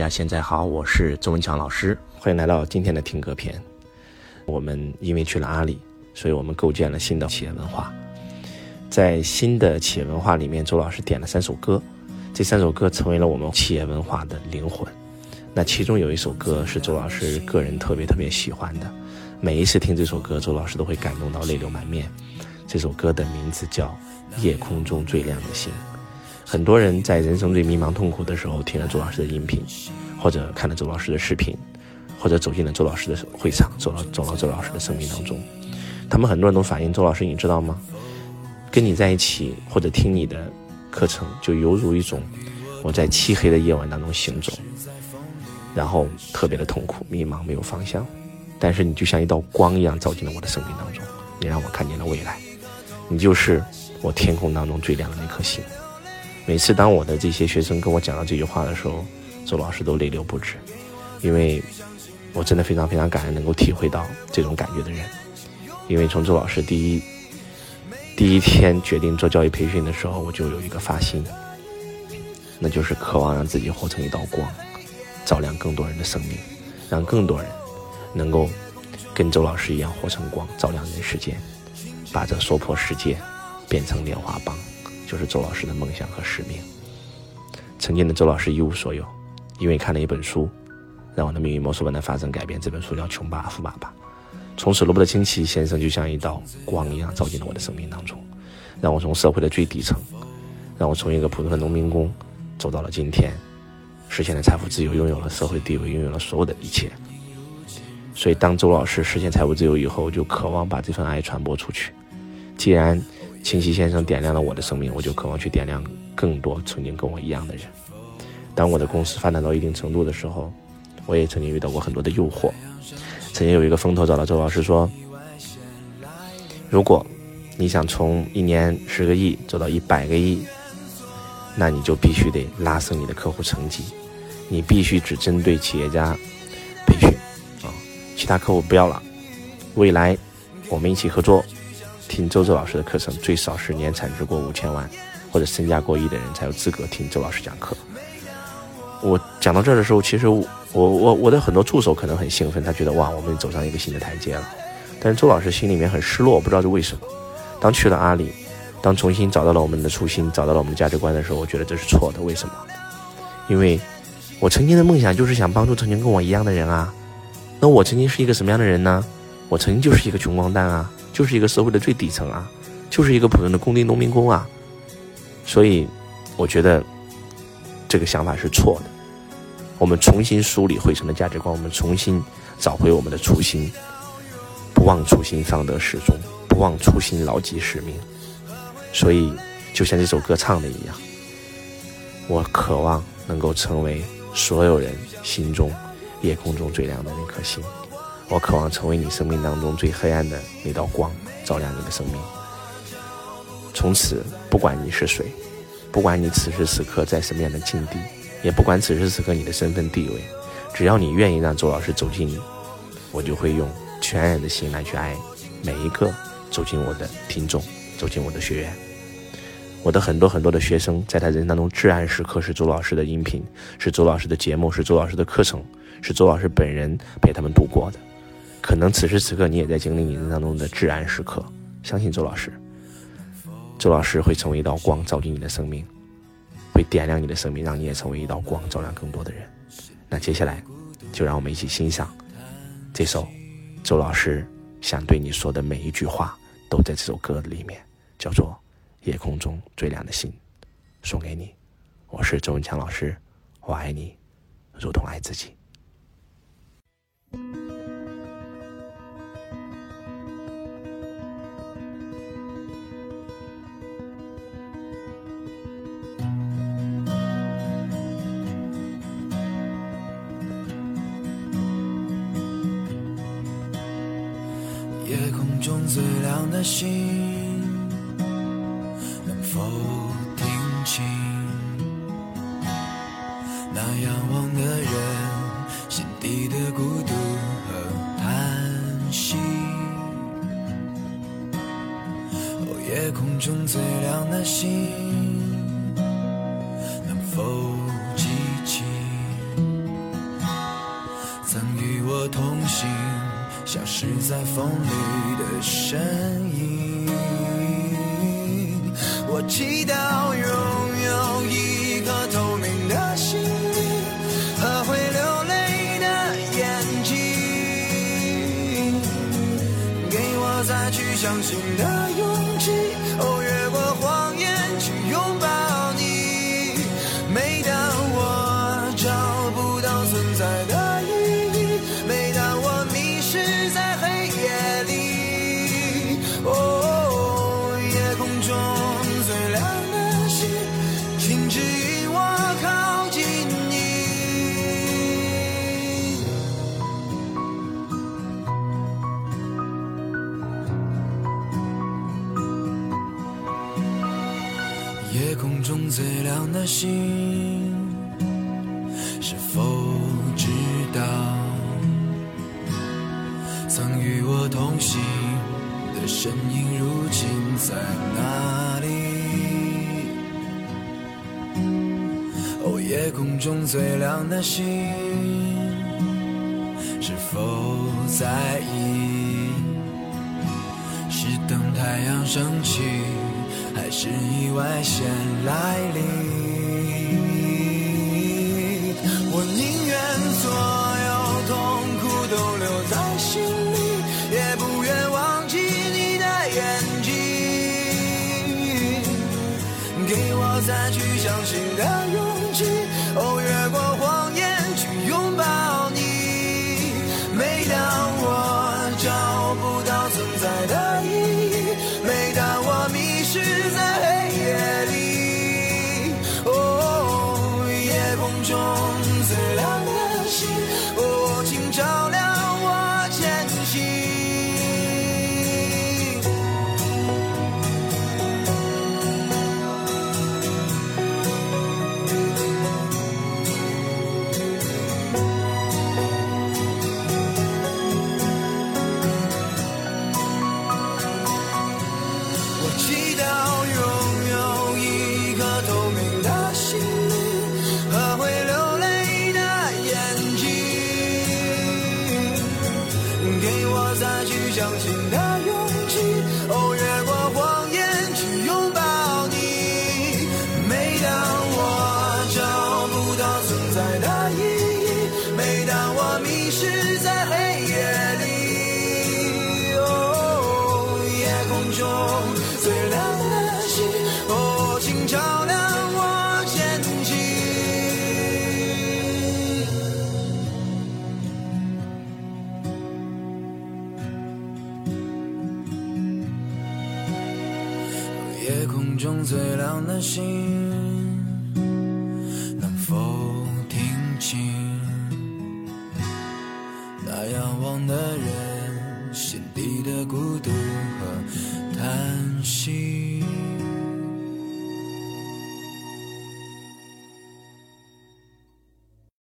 大家现在好，我是周文强老师，欢迎来到今天的听歌篇。我们因为去了阿里，所以我们构建了新的企业文化。在新的企业文化里面，周老师点了3首歌，这3首歌成为了我们企业文化的灵魂。那其中有一首歌是周老师个人特别喜欢的，每一次听这首歌，周老师都会感动到泪流满面。这首歌的名字叫《夜空中最亮的星》。很多人在人生最迷茫痛苦的时候，听了周老师的音频，或者看了周老师的视频，或者走进了周老师的会场，走到周老师的生命当中。他们很多人都反映，周老师你知道吗？跟你在一起或者听你的课程，就犹如一种我在漆黑的夜晚当中行走，然后特别的痛苦迷茫，没有方向，但是你就像一道光一样照进了我的生命当中，你让我看见了未来，你就是我天空当中最亮的那颗星。每次当我的这些学生跟我讲到这句话的时候，周老师都泪流不止，因为我真的非常感恩能够体会到这种感觉的人。因为从周老师第一天决定做教育培训的时候，我就有一个发心，那就是渴望让自己活成一道光，照亮更多人的生命，让更多人能够跟周老师一样活成光，照亮人世间，把这娑婆世界变成莲花帮，就是周老师的梦想和使命。曾经的周老师一无所有，因为看了一本书，让我的命运魔术般的发生改变。这本书叫《穷爸爸富爸爸》。从此罗伯特清崎先生就像一道光一样照进了我的生命当中，让我从社会的最底层，让我从一个普通的农民工走到了今天，实现了财富自由，拥有了社会地位，拥有了所有的一切。所以当周老师实现财务自由以后，就渴望把这份爱传播出去。既然清崎先生点亮了我的生命，我就渴望去点亮更多曾经跟我一样的人。当我的公司发展到一定程度的时候，我也曾经遇到过很多的诱惑。曾经有一个风投找到周老师说，如果你想从1年10个亿走到100个亿，那你就必须得拉升你的客户层级，你必须只针对企业家培训其他客户不要了。未来我们一起合作，听周老师的课程，最少是年产值过5000万或者身价过亿的人才有资格听周老师讲课。我讲到这儿的时候，其实我的很多助手可能很兴奋，他觉得哇，我们走上一个新的台阶了。但是周老师心里面很失落，我不知道是为什么。当去了阿里，当重新找到了我们的初心，找到了我们的价值观的时候，我觉得这是错的。为什么？因为我曾经的梦想就是想帮助曾经跟我一样的人啊。那我曾经是一个什么样的人呢？我曾经就是一个穷光蛋啊，就是一个社会的最底层啊，就是一个普通的工地农民工啊。所以我觉得这个想法是错的。我们重新梳理汇成的价值观，我们重新找回我们的初心，不忘初心方得始终，不忘初心牢记使命。所以就像这首歌唱的一样，我渴望能够成为所有人心中夜空中最亮的那颗星，我渴望成为你生命当中最黑暗的那道光，照亮你的生命。从此不管你是谁，不管你此时此刻在什么样的境地，也不管此时此刻你的身份地位，只要你愿意让周老师走进你，我就会用全然的心来去爱每一个走进我的听众，走进我的学员。我的很多的学生在他人生当中至暗时刻是周老师的音频，是周老师的节目，是周老师的课程，是周老师本人陪他们度过的。可能此时此刻你也在经历你人生当中的至暗时刻，相信周老师，周老师会成为一道光照进你的生命，会点亮你的生命，让你也成为一道光，照亮更多的人。那接下来就让我们一起欣赏这首周老师想对你说的每一句话，都在这首歌里面，叫做夜空中最亮的星，送给你。我是周文强老师，我爱你如同爱自己。 夜空中最亮的星，能否听清那仰望的人心底的孤独和叹息？夜空中最亮的星，能否记起星，消失在风里的身影。我祈祷拥有一颗透明的心灵和会流泪的眼睛，给我再去相信的勇气，越过谎言去拥抱你。每当我找不到存在的意义，每当我迷失在黑夜里，夜空中最亮的星，请指引我靠近你。夜空中最亮的星，是否知道曾与我同行的身影如今在哪里？夜空中最亮的星，是否在意？是等太阳升起，还是意外先来临？我宁愿所有痛苦都留在心里，也不愿忘记你的眼睛，给我再去相信的勇气，越过谎言去拥抱你。每当我找不到存在的意义，每当我迷失在黑夜里，夜空中最亮的星，请照亮我前行。相信的勇气，越过谎言去拥抱你。每当我找不到存在的意义，每当我迷失在黑夜里，夜空中最亮的星，请照亮我前行。夜空中最亮的星，能否听清那仰望的人心底的孤独和叹息？